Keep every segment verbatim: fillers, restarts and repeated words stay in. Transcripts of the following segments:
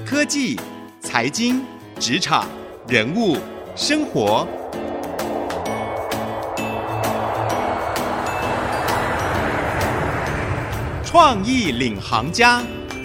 科技、财经、职场、人物、生活。创意领航家。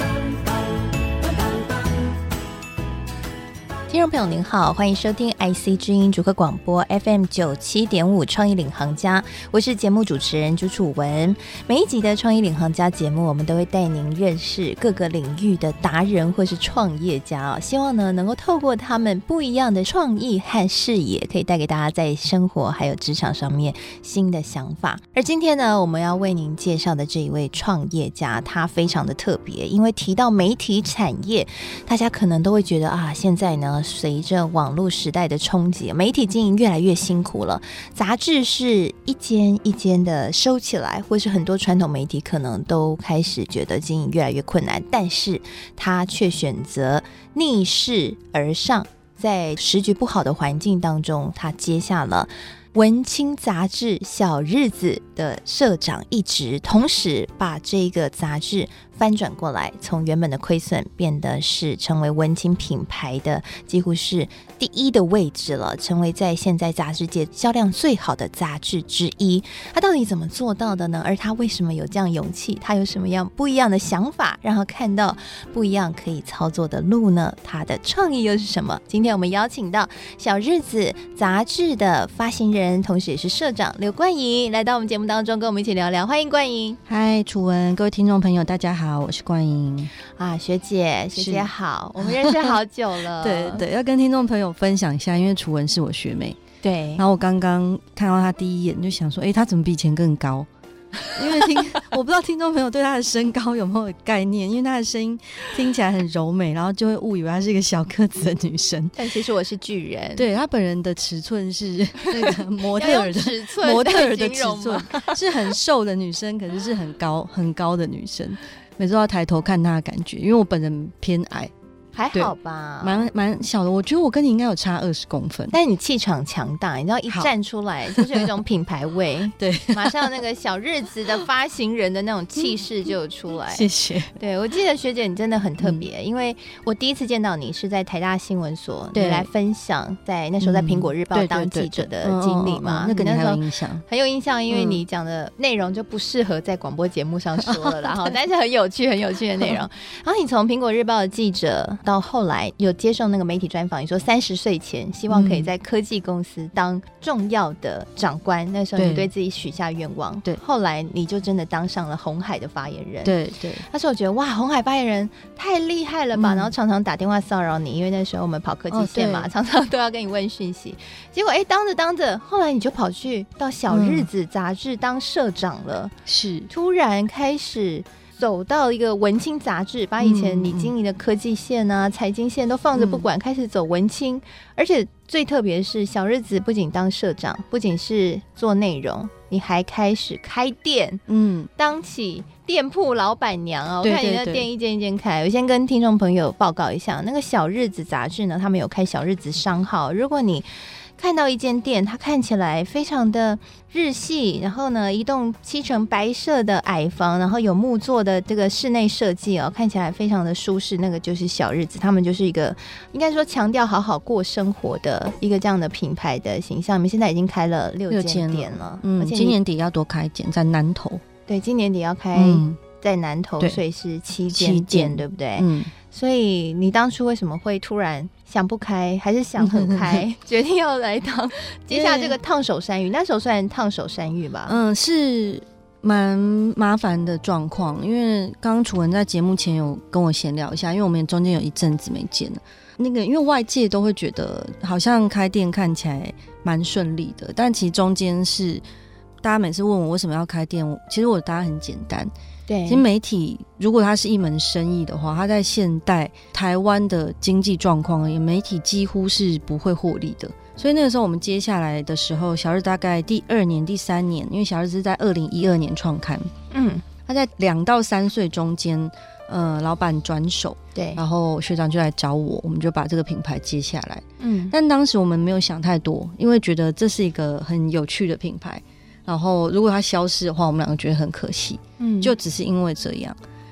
听众朋友您好，欢迎收听 I C 之音竹科广播 F M 九七点五创意领航家，我是节目主持人朱楚文。每一集的创意领航家节目，我们都会带您认识各个领域的达人或是创业家、哦、希望呢能够透过他们不一样的创意和视野，可以带给大家在生活还有职场上面新的想法。而今天呢，我们要为您介绍的这一位创业家，他非常的特别，因为提到媒体产业，大家可能都会觉得啊，现在呢随着网络时代的冲击，媒体经营越来越辛苦了，杂志是一间一间的收起来，或是很多传统媒体可能都开始觉得经营越来越困难，但是他却选择逆势而上，在时局不好的环境当中，他接下了文青杂志小日子的社长一职，同时把这个杂志翻转过来，从原本的亏损变得是成为文青品牌的几乎是第一的位置了，成为在现在杂志界销量最好的杂志之一。他到底怎么做到的呢？而他为什么有这样勇气？他有什么样不一样的想法，让他看到不一样可以操作的路呢？他的创意又是什么？今天我们邀请到小日子杂志的发行人，同时也是社长刘冠莹来到我们节目当中，跟我们一起聊聊。欢迎冠莹。 嗨，楚文，各位听众朋友大家好，我是冠莹啊，学姐学姐好，我们认识好久了。 对对，要跟听众朋友分享一下，因为楚文是我学妹， 对， 然后我刚刚看到她第一眼就想说，哎，她怎么比以前更高？因为听我不知道听众朋友对她的身高有没有概念，因为她的声音听起来很柔美，然后就会误以为她是一个小个子的女生， 但其实我是巨人。对， 她本人的尺寸是那个模特儿的尺寸， 模特儿的尺寸是很瘦的女生，可是是很高很高的女生。每次都要抬头看她的感觉，因为我本人偏矮。 还好吧， 蛮蛮小的，我觉得我跟你应该有差二十公分， 但是你气场强大，你知道一站出来就是有一种品牌味， 对， 马上那个小日子的发行人的那种气势就有出来。 谢谢。 对，我记得学姐你真的很特别、嗯，因为我第一次见到你是在台大新闻所，你来分享在那时候在苹果日报当记者的经历嘛， 那个你还有印象？ 很有印象，因为你讲的内容就不适合在广播节目上说了啦，但是很有趣很有趣的内容。然后你从苹果日报的记者到后来有接受那个媒体专访，你说三十岁前希望可以在科技公司当重要的长官、嗯、那时候你对自己许下愿望，对，后来你就真的当上了鸿海的发言人， 对对。 那时候我觉得哇，鸿海发言人太厉害了吧、嗯、然后常常打电话骚扰你，因为那时候我们跑科技线嘛、哦、常常都要跟你问讯息，结果哎，当着当着后来你就跑去到小日子杂志当社长了、嗯、是突然开始走到一个文青杂志，把以前你经营的科技线啊、嗯、财经线都放着不管、嗯、开始走文青。而且最特别的是小日子不仅当社长，不仅是做内容，你还开始开店，嗯，当起店铺老板娘啊！我看你的店一间一间开。我先跟听众朋友报告一下，那个小日子杂志呢，他们有开小日子商号，如果你看到一间店，它看起来非常的日系，然后呢一栋漆成白色的矮房，然后有木做的这个室内设计哦，看起来非常的舒适，那个就是小日子，他们就是一个应该说强调好好过生活的一个这样的品牌的形象。你们现在已经开了六间店了， 嗯，今年底要多开一间在南投， 对，今年底要开在南投、嗯、所以是七间店，对不对？嗯，所以你当初为什么会突然想不开，还是想很开，决定要来当接下这个烫手山芋？那时候算烫手山芋吧？ 嗯，是蛮麻烦的状况，因为刚刚楚文在节目前有跟我闲聊一下，因为我们中间有一阵子没见了。那个因为外界都会觉得好像开店看起来蛮顺利的，但其实中间是大家每次问我为什么要开店，其实我的答案很简单。对，其实媒体如果它是一门生意的话，它在现代台湾的经济状况而言，媒体几乎是不会获利的。所以那个时候我们接下来的时候，小日大概第二年第三年，因为小日是在二零一二年创刊，嗯，他在两到三岁中间，呃，老板转手，对，然后学长就来找我，我们就把这个品牌接下来，嗯，但当时我们没有想太多，因为觉得这是一个很有趣的品牌。然后如果它消失的话，我们两个觉得很可惜，嗯，就只是因为这样。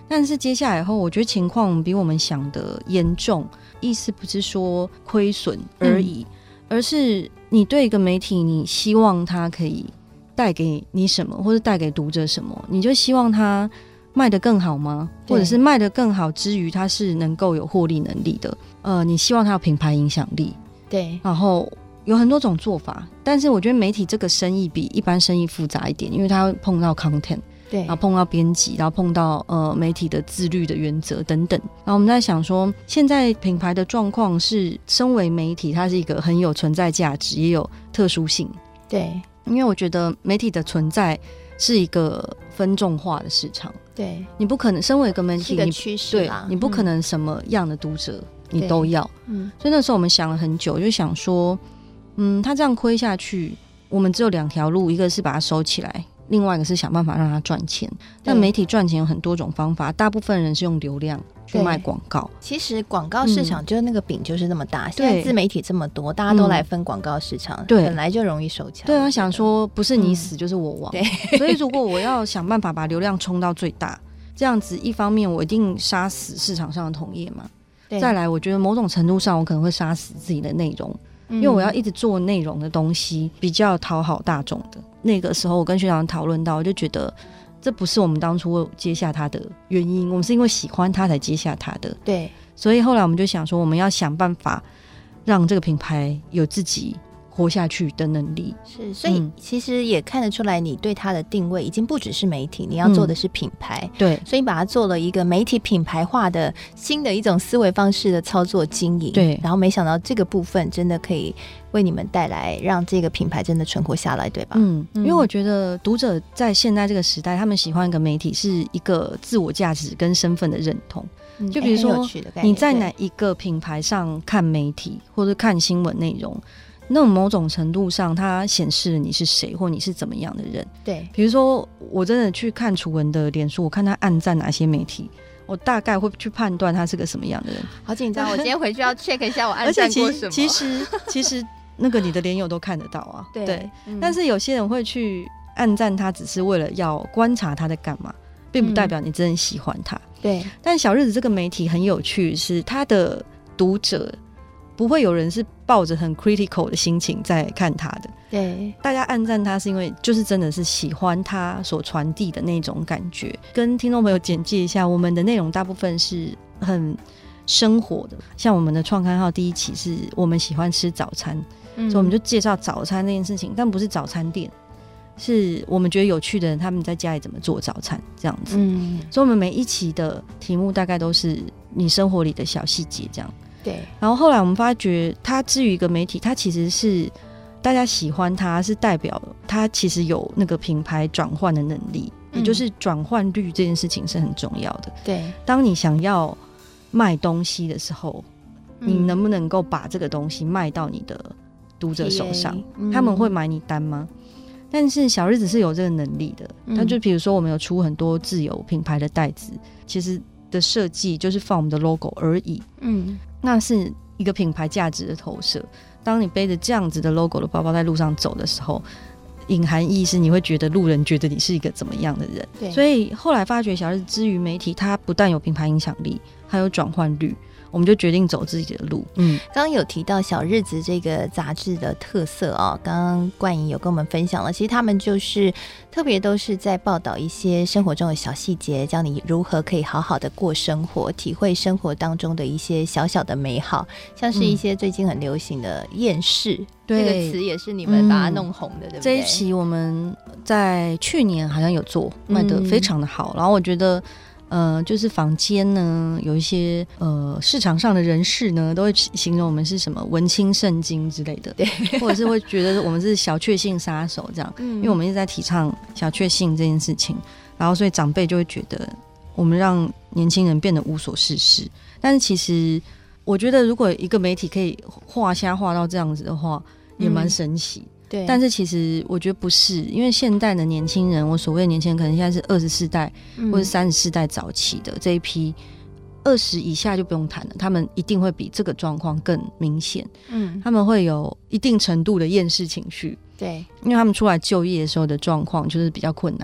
但是接下来以后，我觉得情况比我们想的严重。意思不是说亏损而已、嗯，而是你对一个媒体，你希望它可以带给你什么，或者带给读者什么，你就希望它卖得更好吗？或者是卖得更好之余，它是能够有获利能力的。呃，你希望它有品牌影响力， 对， 然后有很多种做法。但是我觉得媒体这个生意比一般生意复杂一点，因为它会碰到 content。 对， 然后碰到编辑，然后碰到呃媒体的自律的原则等等。然后我们在想说，现在品牌的状况是，身为媒体，它是一个很有存在价值，也有特殊性。 对， 因为我觉得媒体的存在是一个分众化的市场。 对， 你不可能身为一个媒体， 是一个趋势啦， 对，你不可能什么样的读者你都要。嗯，所以那时候我们想了很久，就想说，嗯，他这样亏下去，我们只有两条路，一个是把它收起来。另外一个是想办法让它赚钱，但媒体赚钱有很多种方法，大部分人是用流量去卖广告。 其实广告市场就是那个饼就是那么大、嗯、现在自媒体这么多，大家都来分广告市场、嗯、本来就容易收钱。 对啊，想说不是你死就是我亡、 嗯、对， 所以如果我要想办法把流量冲到最大，这样子一方面我一定杀死市场上的同业嘛，再来我觉得某种程度上我可能会杀死自己的内容，因为我要一直做内容的东西比较讨好大众的。那个时候我跟学长讨论到，我就觉得这不是我们当初接下他的原因，我们是因为喜欢他才接下他的。 对， 所以后来我们就想说，我们要想办法让这个品牌有自己活下去的能力。 是，所以其实也看得出来你对它的定位已经不只是媒体，你要做的是品牌、 嗯、对， 所以你把它做了一个媒体品牌化的新的一种思维方式的操作经营。 对， 然后没想到这个部分真的可以为你们带来让这个品牌真的存活下来，对吧？ 嗯，因为我觉得读者在现在这个时代，他们喜欢一个媒体是一个自我价值跟身份的认同。 嗯、 就比如说、 欸、 你在哪一个品牌上看媒体或者看新闻内容，那种某种程度上它显示了你是谁或你是怎么样的人。 对， 比如说我真的去看楚文的脸书，我看他按赞哪些媒体，我大概会去判断他是个什么样的人。 好紧张，我今天回去要 check 一下我按赞过什么。 其实其实那个你的连友都看得到啊。 对, 对、 嗯、 但是有些人会去按赞他只是为了要观察他在干嘛，并不代表你真的喜欢他、嗯、 对。 但小日子这个媒体很有趣，是他的读者不会有人是抱着很 critical 的心情在看他的。 对， 大家按赞他是因为就是真的是喜欢他所传递的那种感觉。跟听众朋友简介一下，我们的内容大部分是很生活的，像我们的创刊号第一期是我们喜欢吃早餐、嗯、所以我们就介绍早餐那件事情，但不是早餐店，是我们觉得有趣的人他们在家里怎么做早餐这样子、嗯、所以我们每一期的题目大概都是你生活里的小细节这样。 对， 然后后来我们发觉它至于一个媒体，它其实是大家喜欢它是代表它其实有那个品牌转换的能力、嗯、也就是转换率这件事情是很重要的。 对， 当你想要卖东西的时候、嗯、你能不能够把这个东西卖到你的读者手上、嗯、他们会买你单吗？但是小日子是有这个能力的，它、嗯、就比如说我们有出很多自有品牌的袋子，其实的设计就是放我们的 logo 而已。嗯，那是一个品牌价值的投射。当你背着这样子的 logo 的包包在路上走的时候，隐含意是你会觉得路人觉得你是一个怎么样的人。 对， 所以后来发觉小日子之于媒体，它不但有品牌影响力，还有转换率，我们就决定走自己的路。嗯， 刚刚有提到小日子这个杂志的特色哦，刚刚冠莹有跟我们分享了，其实他们就是特别都是在报道一些生活中的小细节，教你如何可以好好的过生活，体会生活当中的一些小小的美好，像是一些最近很流行的厌世、嗯、这个词也是你们把它弄红的、嗯、对不对？ 这一期我们在去年好像有做，卖得非常的好、嗯、然后我觉得呃，就是坊间呢有一些呃市场上的人士呢都会形容我们是什么文青圣经之类的，对，或者是会觉得我们是小确幸杀手这样、嗯、因为我们一直在提倡小确幸这件事情，然后所以长辈就会觉得我们让年轻人变得无所事事。但是其实我觉得如果一个媒体可以画虾画到这样子的话也蛮神奇、嗯，对，但是其实我觉得不是，因为现代的年轻人，我所谓的年轻人可能现在是二十四代或者三十四代早期的这一批，二十以下就不用谈了，他们一定会比这个状况更明显。嗯，他们会有一定程度的厌世情绪， 对， 因为他们出来就业的时候的状况就是比较困难。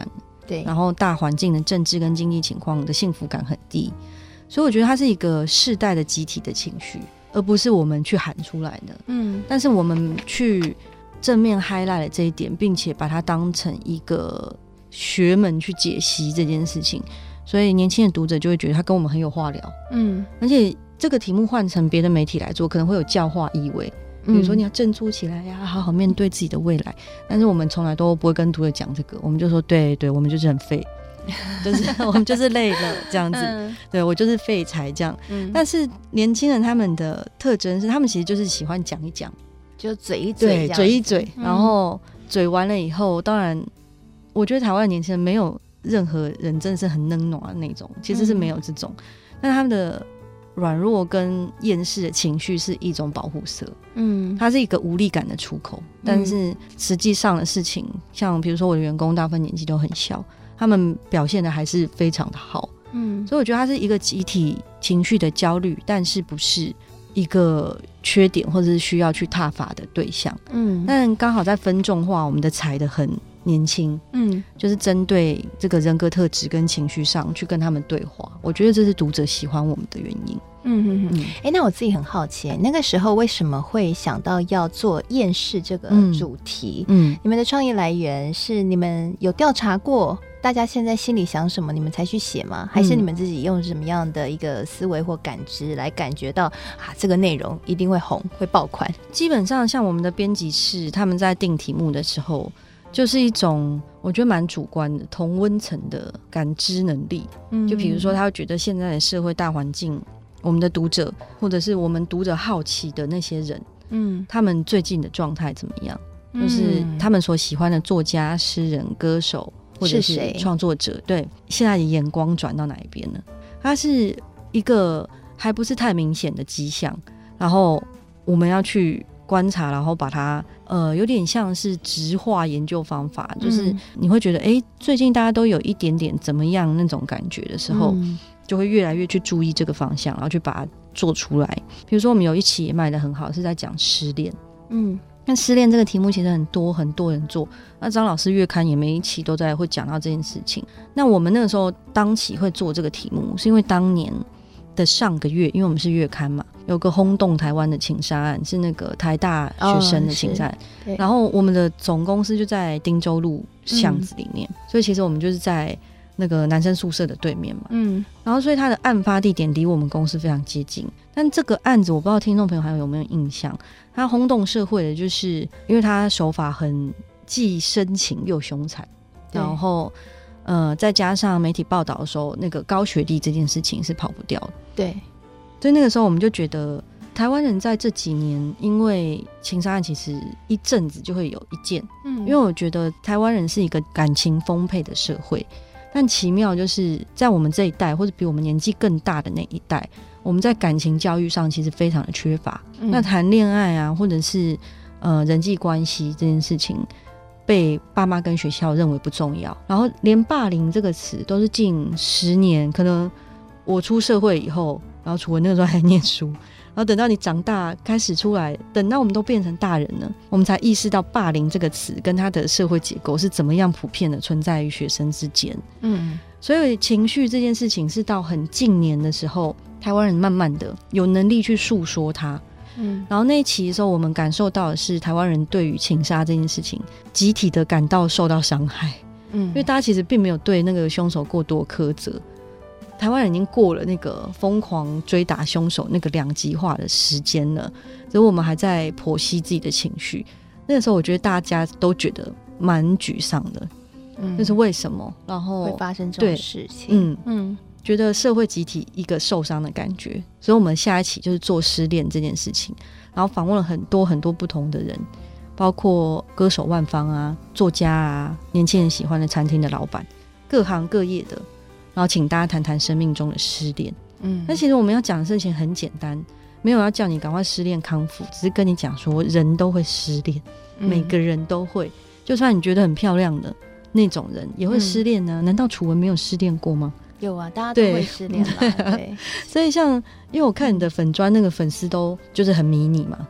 对， 然后大环境的政治跟经济情况的幸福感很低，所以我觉得它是一个世代的集体的情绪，而不是我们去喊出来的。嗯，但是我们去正面 highlight 了这一点，并且把它当成一个学门去解析这件事情，所以年轻的读者就会觉得他跟我们很有话聊。嗯，而且这个题目换成别的媒体来做，可能会有教化意味。比如说你要振作起来呀、啊，好好面对自己的未来。但是我们从来都不会跟读者讲这个，我们就说对对，我们就是很废，就是我们就是累了这样子。嗯、对我就是废柴这样、嗯。但是年轻人他们的特征是，他们其实就是喜欢讲一讲， 就嘴一嘴， 对，嘴一嘴，嗯、然后嘴完了以后，当然，我觉得台湾的年轻人没有任何人真的是很能暖的那种，其实是没有这种，嗯、但他们的软弱跟厌世的情绪是一种保护色，嗯，它是一个无力感的出口，但是实际上的事情，像比如说我的员工大部分年纪都很小，他们表现的还是非常的好，嗯，所以我觉得它是一个集体情绪的焦虑，但是不是一个缺点或者是需要去挞伐的对象，嗯，但刚好在分众化，我们的裁得很年轻，嗯，就是针对这个人格特质跟情绪上去跟他们对话，我觉得这是读者喜欢我们的原因。 嗯嗯嗯。哎、欸，那我自己很好奇，那个时候为什么会想到要做厌世这个主题？嗯，嗯你们的创意来源是你们有调查过大家现在心里想什么，你们才去写吗？还是你们自己用什么样的一个思维或感知来感觉到啊，这个内容一定会红，会爆款？ 基本上，像我们的编辑室，他们在定题目的时候，就是一种我觉得蛮主观的同温层的感知能力。嗯，就比如说，他会觉得现在的社会大环境，我们的读者或者是我们读者好奇的那些人，嗯，他们最近的状态怎么样？就是他们所喜欢的作家、诗人、歌手。或者是创作者，对现在的眼光转到哪一边呢？它是一个还不是太明显的迹象，然后我们要去观察，然后把它呃有点像是质化研究方法，就是你会觉得哎、欸，最近大家都有一点点怎么样那种感觉的时候，嗯、就会越来越去注意这个方向，然后去把它做出来。比如说我们有一期也卖得很好，是在讲失恋，嗯。那失恋这个题目其实很多很多人做，那张老师月刊也每一期都在会讲到这件事情。那我们那个时候当期会做这个题目，是因为当年的上个月，因为我们是月刊嘛，有个轰动台湾的情杀案，是那个台大学生的情杀案、哦、然后我们的总公司就在汀州路巷子里面、嗯、所以其实我们就是在那个男生宿舍的对面嘛，嗯，然后所以他的案发地点离我们公司非常接近。但这个案子我不知道听众朋友还有没有印象，他轰动社会的就是因为他手法很既深情又凶残，然后呃再加上媒体报道的时候，那个高学历这件事情是跑不掉的， 对， 所以那个时候我们就觉得台湾人在这几年因为情杀案其实一阵子就会有一件，嗯，因为我觉得台湾人是一个感情丰沛的社会，但奇妙就是在我们这一代或者比我们年纪更大的那一代，我们在感情教育上其实非常的缺乏、嗯、那谈恋爱啊或者是呃人际关系这件事情被爸妈跟学校认为不重要，然后连霸凌这个词都是近十年，可能我出社会以后，然后楚文那个时候还念书，然后等到你长大开始出来，等到我们都变成大人了，我们才意识到霸凌这个词跟它的社会结构是怎么样普遍的存在于学生之间。嗯，所以情绪这件事情是到很近年的时候，台湾人慢慢的有能力去诉说它。嗯，然后那一期的时候，我们感受到的是台湾人对于情杀这件事情集体的感到受到伤害。嗯，因为大家其实并没有对那个凶手过多苛责。台湾人已经过了那个疯狂追打凶手那个两极化的时间了，所以我们还在剖析自己的情绪。那个时候我觉得大家都觉得蛮沮丧的，嗯，就是为什么然后会发生这种事情。 嗯嗯，觉得社会集体一个受伤的感觉，所以我们下一期就是做失恋这件事情，然后访问了很多很多不同的人，包括歌手万芳啊、作家啊、年轻人喜欢的餐厅的老板，各行各业的，然后请大家谈谈生命中的失恋。嗯，但其实我们要讲的事情很简单，没有要叫你赶快失恋康复，只是跟你讲说人都会失恋、嗯、每个人都会，就算你觉得很漂亮的那种人也会失恋呢、啊嗯、难道楚文没有失恋过吗？ 有啊，大家都会失恋啦。对， 所以像因为我看你的粉专那个粉丝都就是很迷你嘛，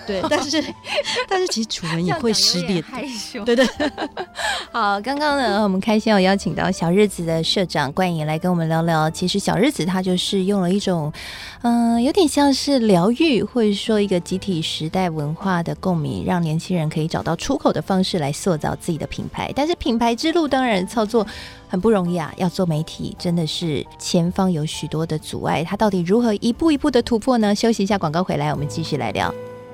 对，但是但是其实楚文也会失恋， 害羞。 对对。 好，刚刚呢，我们开心有邀请到小日子的社长冠颖来跟我们聊聊。其实小日子他就是用了一种，嗯、呃，有点像是疗愈，或者说一个集体时代文化的共鸣，让年轻人可以找到出口的方式来塑造自己的品牌。但是品牌之路当然操作很不容易啊，要做媒体真的是前方有许多的阻碍，他到底如何一步一步的突破呢？休息一下，广告回来，我们继续来聊。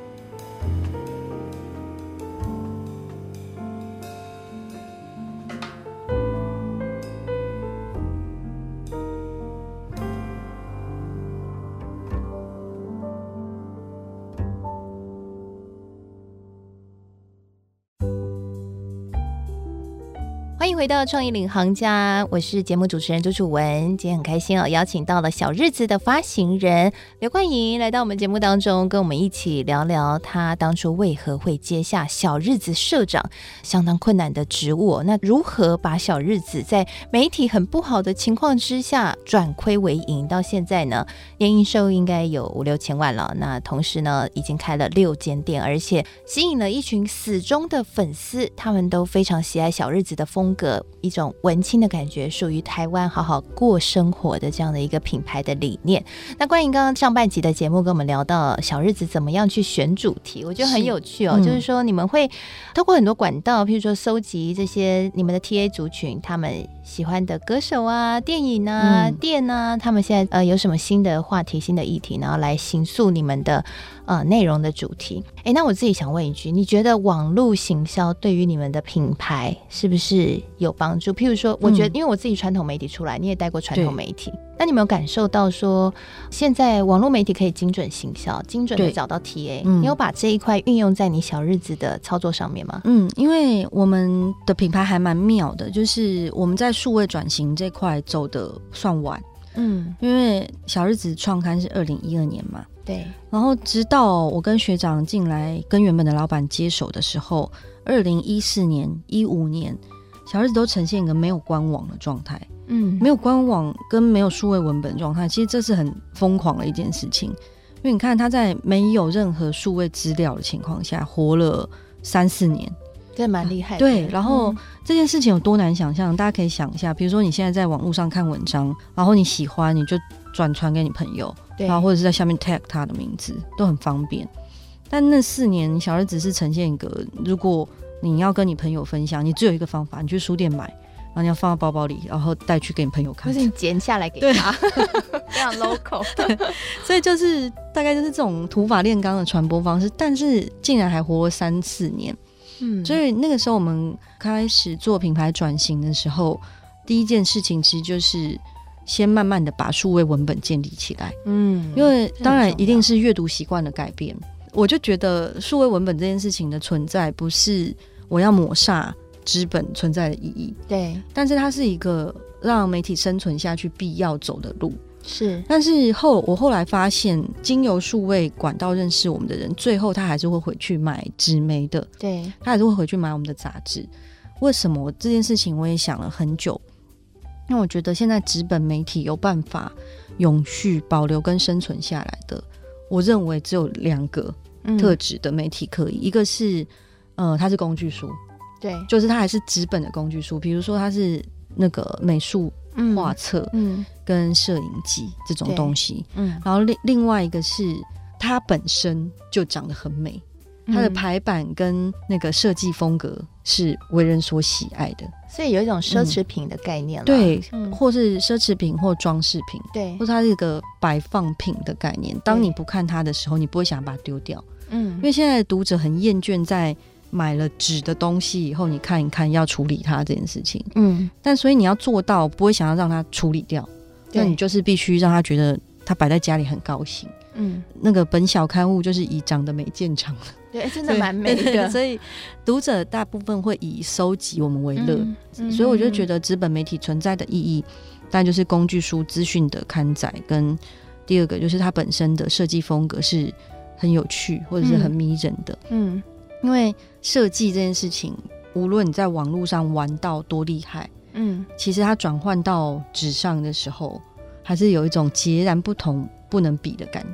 欢迎回到创意领航家，我是节目主持人朱楚文。今天很开心哦，邀请到了小日子的发行人刘冠颖来到我们节目当中，跟我们一起聊聊他当初为何会接下小日子社长相当困难的职务、哦、那如何把小日子在媒体很不好的情况之下转亏为盈，到现在呢年营收应该有五六千万了，那同时呢已经开了六间店，而且吸引了一群死忠的粉丝，他们都非常喜爱小日子的风格，一种文青的感觉，属于台湾好好过生活的这样的一个品牌的理念。那关于刚刚上半集的节目跟我们聊到小日子怎么样去选主题，我觉得很有趣哦、嗯、就是说你们会透过很多管道，譬如说搜集这些你们的 T A 族群他们喜欢的歌手啊、电影啊、嗯、店啊，他们现在呃有什么新的话题、新的议题，然后来形塑你们的呃内容的主题。哎，那我自己想问一句，你觉得网络行销对于你们的品牌是不是有帮助？譬如说，我觉得、嗯、因为我自己传统媒体出来，你也带过传统媒体，那你有没有感受到说，现在网络媒体可以精准行销，精准的找到 T A？、嗯、你有把这一块运用在你小日子的操作上面吗？ 嗯，因为我们的品牌还蛮妙的，就是我们在数位转型这块走的算晚。嗯，因为小日子创刊是二零一二年嘛， 对， 然后直到我跟学长进来跟原本的老板接手的时候，二零一四年、一五年，小日子都呈现一个没有官网的状态。嗯，没有官网跟没有数位文本状态，其实这是很疯狂的一件事情。因为你看他在没有任何数位资料的情况下活了三四年， 这蛮厉害的。 对，然后、嗯、这件事情有多难想象，大家可以想一下，比如说你现在在网络上看文章，然后你喜欢你就转传给你朋友，然后或者是在下面 tag 他的名字，都很方便。但那四年小日子是呈现一个，如果你要跟你朋友分享，你只有一个方法，你去书店买，然后你要放到包包里，然后带去给你朋友看， 或是你剪下来给他，非常 local 所以就是大概就是这种土法炼钢的传播方式，但是竟然还活了三四年。嗯，所以那个时候我们开始做品牌转型的时候，第一件事情其实就是先慢慢的把数位文本建立起来。嗯，因为当然一定是阅读习惯的改变。我就觉得数位文本这件事情的存在，不是我要抹煞纸本存在的意义， 对， 但是它是一个让媒体生存下去必要走的路。 是， 但是后我后来发现，经由数位管道认识我们的人，最后他还是会回去买纸媒的， 对， 他还是会回去买我们的杂志。为什么这件事情我也想了很久，因为我觉得现在纸本媒体有办法永续保留跟生存下来的，我认为只有两个特质的媒体可以、嗯、一个是呃，它是工具书，对，就是它还是纸本的工具书，比如说它是那个美术画册、嗯嗯、跟摄影机这种东西，嗯，然后另另外一个是它本身就长得很美，它的排版跟那个设计风格是为人所喜爱的， 所以有一种奢侈品的概念了、嗯、 对、嗯、或是奢侈品或装饰品， 对， 或是它是一个摆放品的概念，当你不看它的时候，你不会想把它丢掉，嗯，因为现在的读者很厌倦在买了纸的东西以后你看一看要处理它这件事情，嗯，但所以你要做到不会想要让它处理掉，那你就是必须让他觉得他摆在家里很高兴，嗯，那个本小刊物就是以长得美见长的， 对，真的蛮美的， 对对对，所以读者大部分会以收集我们为乐、嗯嗯、所以我就觉得纸本媒体存在的意义当然就是工具书资讯的刊载，跟第二个就是它本身的设计风格是很有趣或者是很迷人的，嗯，因为设计这件事情无论你在网络上玩到多厉害，嗯，其实它转换到纸上的时候还是有一种截然不同不能比的感觉，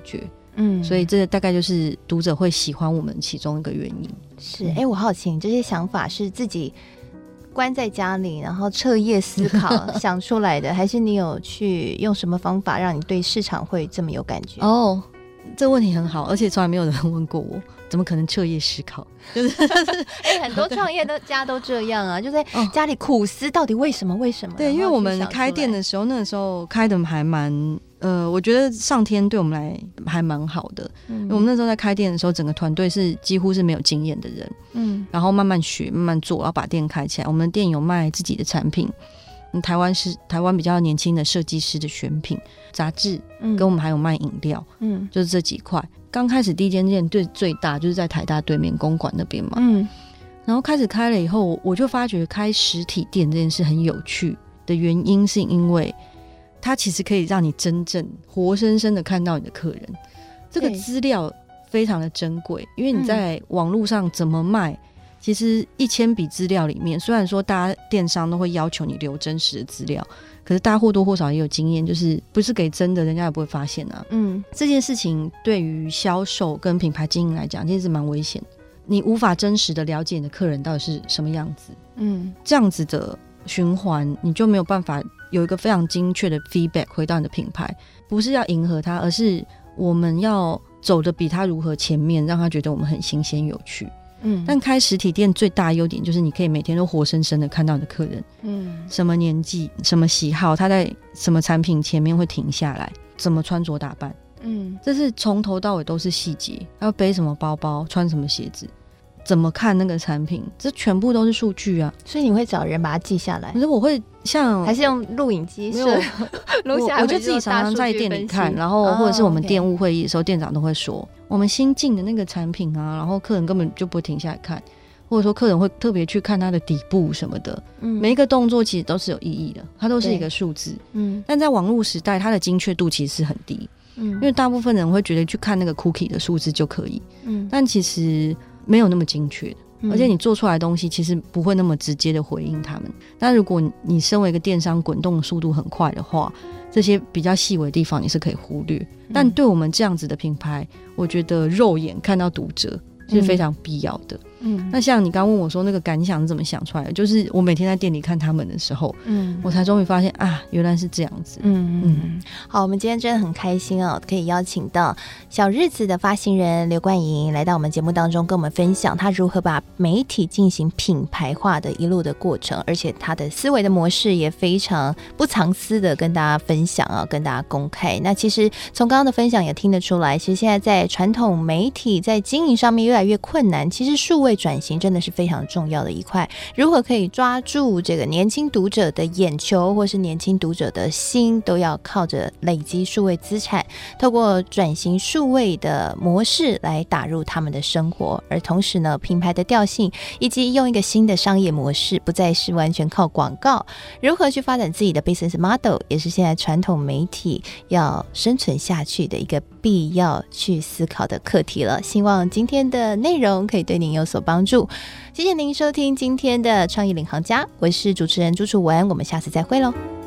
嗯，所以这大概就是读者会喜欢我们其中一个原因。 是，哎、欸，我好奇，你这些想法是自己关在家里，然后彻夜思考想出来的，还是你有去用什么方法让你对市场会这么有感觉？ 哦，这个问题很好，而且从来没有人问过我，怎么可能彻夜思考？就是哎、欸，很多创业的家都这样啊，就在家里苦思到底为什么为什么？ 对，因为我们开店的时候，那个时候开的还蛮。呃，我觉得上天对我们来还蛮好的、嗯、我们那时候在开店的时候，整个团队是几乎是没有经验的人，嗯，然后慢慢学慢慢做，然后把店开起来。我们的店有卖自己的产品，嗯、台湾是台湾比较年轻的设计师的选品杂志、嗯、跟我们还有卖饮料，嗯，就是这几块。刚开始第一间店最最大就是在台大对面公馆那边嘛，嗯，然后开始开了以后，我就发觉开实体店这件事很有趣的原因是因为它其实可以让你真正活生生的看到你的客人，这个资料非常的珍贵，因为你在网络上怎么卖、嗯、其实一千笔资料里面，虽然说大家电商都会要求你留真实的资料，可是大家或多或少也有经验，就是不是给真的人家也不会发现啊。嗯，这件事情对于销售跟品牌经营来讲其实蛮危险，你无法真实的了解你的客人到底是什么样子，嗯，这样子的循环你就没有办法有一个非常精确的 feedback 回到你的品牌，不是要迎合它，而是我们要走的比它如何前面，让他觉得我们很新鲜有趣。嗯，但开实体店最大的优点就是你可以每天都活生生的看到你的客人，嗯，什么年纪什么喜好，他在什么产品前面会停下来，怎么穿着打扮，嗯，这是从头到尾都是细节，要背什么包包，穿什么鞋子，怎么看那个产品，这全部都是数据啊。 所以你会找人把它记下来？ 可是我会像还是用录影机摄录下来？ 我就自己常常在店里看，然后或者是我们店务会议的时候、哦 okay、店长都会说我们新进的那个产品啊，然后客人根本就不会停下来看，或者说客人会特别去看它的底部什么的、嗯、每一个动作其实都是有意义的，它都是一个数字。嗯，但在网络时代它的精确度其实是很低，嗯，因为大部分人会觉得去看那个 cookie 的数字就可以，嗯，但其实没有那么精确的，而且你做出来的东西其实不会那么直接的回应他们。但如果你身为一个电商滚动的速度很快的话，这些比较细微的地方你是可以忽略、嗯、但对我们这样子的品牌，我觉得肉眼看到读者是非常必要的。嗯，那像你刚问我说那个感想是怎么想出来的，就是我每天在店里看他们的时候，嗯，我才终于发现啊，原来是这样子。嗯嗯，好，我们今天真的很开心哦，可以邀请到小日子的发行人刘冠莹来到我们节目当中，跟我们分享他如何把媒体进行品牌化的一路的过程，而且他的思维的模式也非常不藏私的跟大家分享啊，跟大家公开。那其实从刚刚的分享也听得出来，其实现在在传统媒体在经营上面越来越困难，其实数位转型真的是非常重要的一块，如何可以抓住这个年轻读者的眼球或是年轻读者的心，都要靠着累积数位资产，透过转型数位的模式来打入他们的生活。而同时呢，品牌的调性以及用一个新的商业模式，不再是完全靠广告，如何去发展自己的 business model， 也是现在传统媒体要生存下去的一个必要去思考的课题了。希望今天的内容可以对您有所帮助，谢谢您收听今天的创意领航家，我是主持人朱楚文，我们下次再会喽。